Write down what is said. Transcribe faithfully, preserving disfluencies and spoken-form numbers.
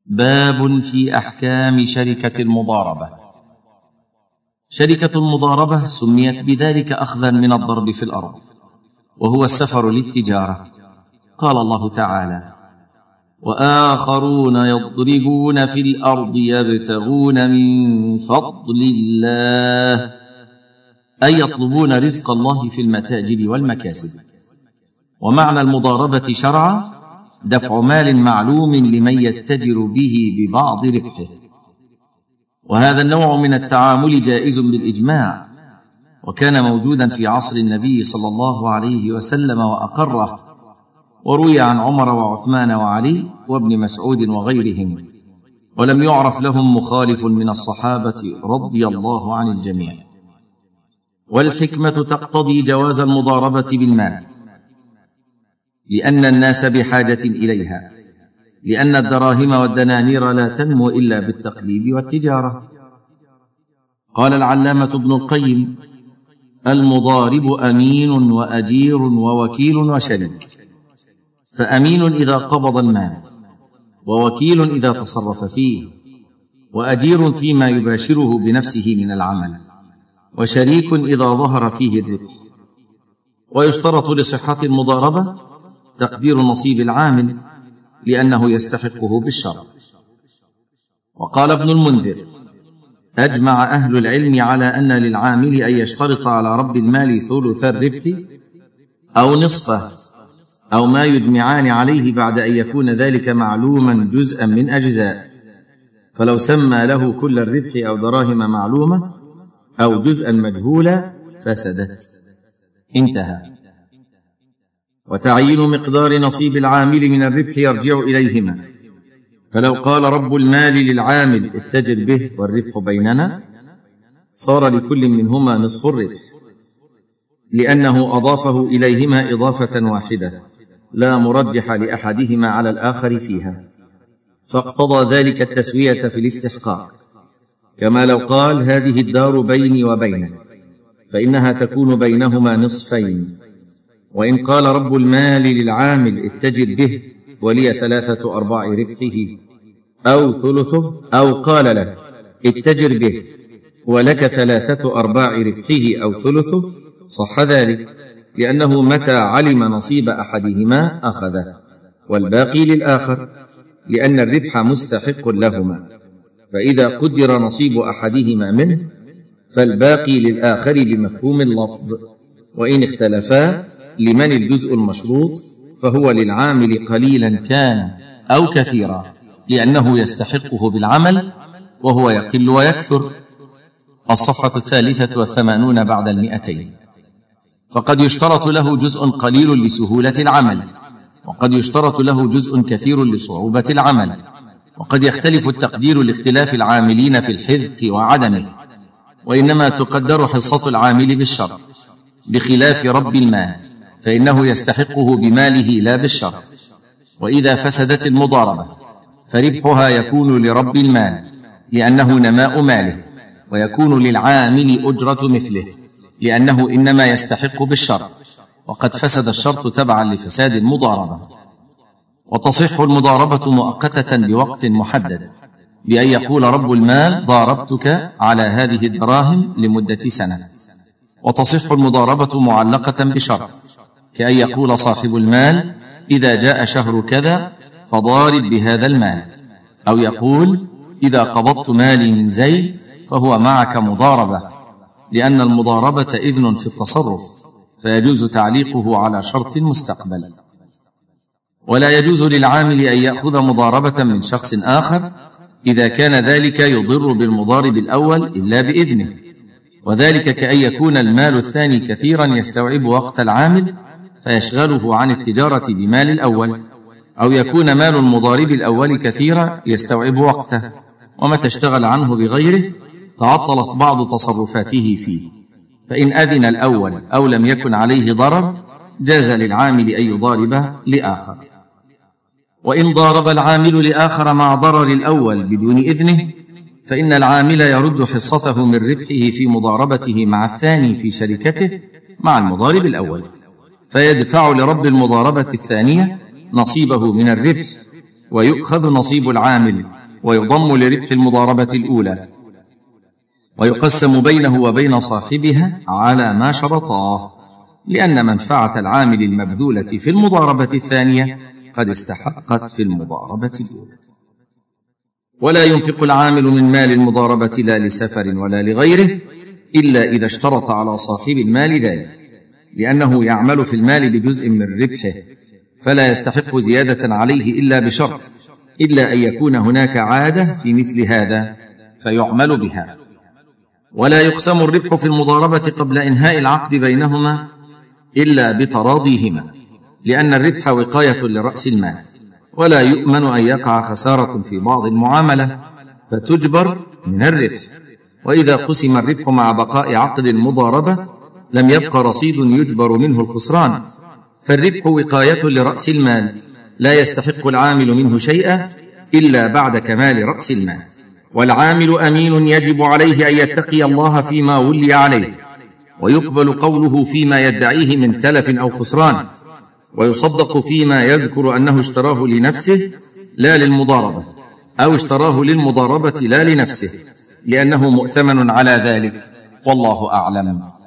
باب في أحكام شركة المضاربة. شركة المضاربة سميت بذلك أخذا من الضرب في الأرض، وهو السفر للتجارة. قال الله تعالى: وآخرون يضربون في الأرض يبتغون من فضل الله، أي يطلبون رزق الله في المتاجر والمكاسب. ومعنى المضاربة شرعا دفع مال معلوم لمن يتجر به ببعض ربحه، وهذا النوع من التعامل جائز بالإجماع، وكان موجودا في عصر النبي صلى الله عليه وسلم وأقره، وروي عن عمر وعثمان وعلي وابن مسعود وغيرهم، ولم يعرف لهم مخالف من الصحابة رضي الله عن الجميع. والحكمة تقتضي جواز المضاربة بالمال، لأن الناس بحاجة إليها، لأن الدراهم والدنانير لا تنمو إلا بالتقليد والتجارة. قال العلامة ابن القيم: المضارب أمين وأجير ووكيل وشريك، فأمين إذا قبض المال، ووكيل إذا تصرف فيه، وأجير فيما يباشره بنفسه من العمل، وشريك إذا ظهر فيه الربح. ويشترط لصحة المضاربة تقدير نصيب العامل، لأنه يستحقه بالشرط. وقال ابن المنذر: أجمع أهل العلم على أن للعامل أن يشترط على رب المال ثلث الربح أو نصفه، أو ما يجمعان عليه بعد أن يكون ذلك معلوما جزءا من أجزاء، فلو سمى له كل الربح أو دراهم معلومة أو جزءا مجهولا فسدت. انتهى. وتعيين مقدار نصيب العامل من الربح يرجع إليهما، فلو قال رب المال للعامل اتجر به والربح بيننا، صار لكل منهما نصف الربح، لأنه أضافه إليهما إضافة واحدة لا مرجح لأحدهما على الآخر فيها، فاقتضى ذلك التسوية في الاستحقاق. كما لو قال: هذه الدار بيني وبينك، فإنها تكون بينهما نصفين. وإن قال رب المال للعامل اتجر به ولي ثلاثة أرباع ربحه أو ثلثه، أو قال له اتجر به ولك ثلاثة أرباع ربحه أو ثلثه، صح ذلك، لأنه متى علم نصيب أحدهما أخذه، والباقي للآخر، لأن الربح مستحق لهما، فإذا قدر نصيب أحدهما منه فالباقي للآخر بمفهوم اللفظ. وإن اختلفا لمن الجزء المشروط فهو للعامل قليلا كان أو كثيرا، لأنه يستحقه بالعمل، وهو يقل ويكثر. الصفحة الثالثة والثمانون بعد المئتين. فقد يشترط له جزء قليل لسهولة العمل، وقد يشترط له جزء كثير لصعوبة العمل، وقد يختلف التقدير لاختلاف العاملين في الحذف وعدمه، وإنما تقدر حصة العامل بالشرط، بخلاف رب المال فإنه يستحقه بماله لا بالشرط. وإذا فسدت المضاربة فربحها يكون لرب المال، لأنه نماء ماله، ويكون للعامل أجرة مثله، لأنه إنما يستحق بالشرط، وقد فسد الشرط تبعا لفساد المضاربة. وتصح المضاربة مؤقتة بوقت محدد، بأن يقول رب المال: ضاربتك على هذه الدراهم لمدة سنة. وتصح المضاربة معلقة بشرط، كأن يقول صاحب المال: إذا جاء شهر كذا فضارب بهذا المال، أو يقول: إذا قبضت مالي من زيد فهو معك مضاربة، لأن المضاربة إذن في التصرف، فيجوز تعليقه على شرط مستقبل. ولا يجوز للعامل أن يأخذ مضاربة من شخص آخر إذا كان ذلك يضر بالمضارب الأول إلا بإذنه، وذلك كأن يكون المال الثاني كثيرا يستوعب وقت العامل فيشغله عن التجارة بمال الأول، أو يكون مال المضارب الأول كثيرا يستوعب وقته، ومتى اشتغل عنه بغيره تعطلت بعض تصرفاته فيه، فإن أذن الأول أو لم يكن عليه ضرر جاز للعامل أن يضاربه لآخر. وإن ضارب العامل لآخر مع ضرر الأول بدون إذنه فإن العامل يرد حصته من ربحه في مضاربته مع الثاني في شركته مع المضارب الأول، فيدفع لرب المضاربة الثانية نصيبه من الربح، ويؤخذ نصيب العامل ويضم لربح المضاربة الأولى، ويقسم بينه وبين صاحبها على ما شرطاه، لأن منفعة العامل المبذولة في المضاربة الثانية قد استحقت في المضاربة الأولى. ولا ينفق العامل من مال المضاربة لا لسفر ولا لغيره إلا إذا اشترط على صاحب المال ذلك، لأنه يعمل في المال بجزء من ربحه، فلا يستحق زيادة عليه إلا بشرط، إلا أن يكون هناك عادة في مثل هذا فيعمل بها. ولا يقسم الربح في المضاربة قبل إنهاء العقد بينهما إلا بتراضيهما، لأن الربح وقاية لرأس المال، ولا يؤمن أن يقع خسارة في بعض المعاملة فتجبر من الربح. وإذا قسم الربح مع بقاء عقد المضاربة لم يبق رصيد يجبر منه الخسران، فالربح وقاية لرأس المال لا يستحق العامل منه شيئا إلا بعد كمال رأس المال. والعامل أمين يجب عليه أن يتقي الله فيما ولي عليه، ويقبل قوله فيما يدعيه من تلف أو خسران، ويصدق فيما يذكر أنه اشتراه لنفسه لا للمضاربة، أو اشتراه للمضاربة لا لنفسه، لأنه مؤتمن على ذلك، والله أعلم.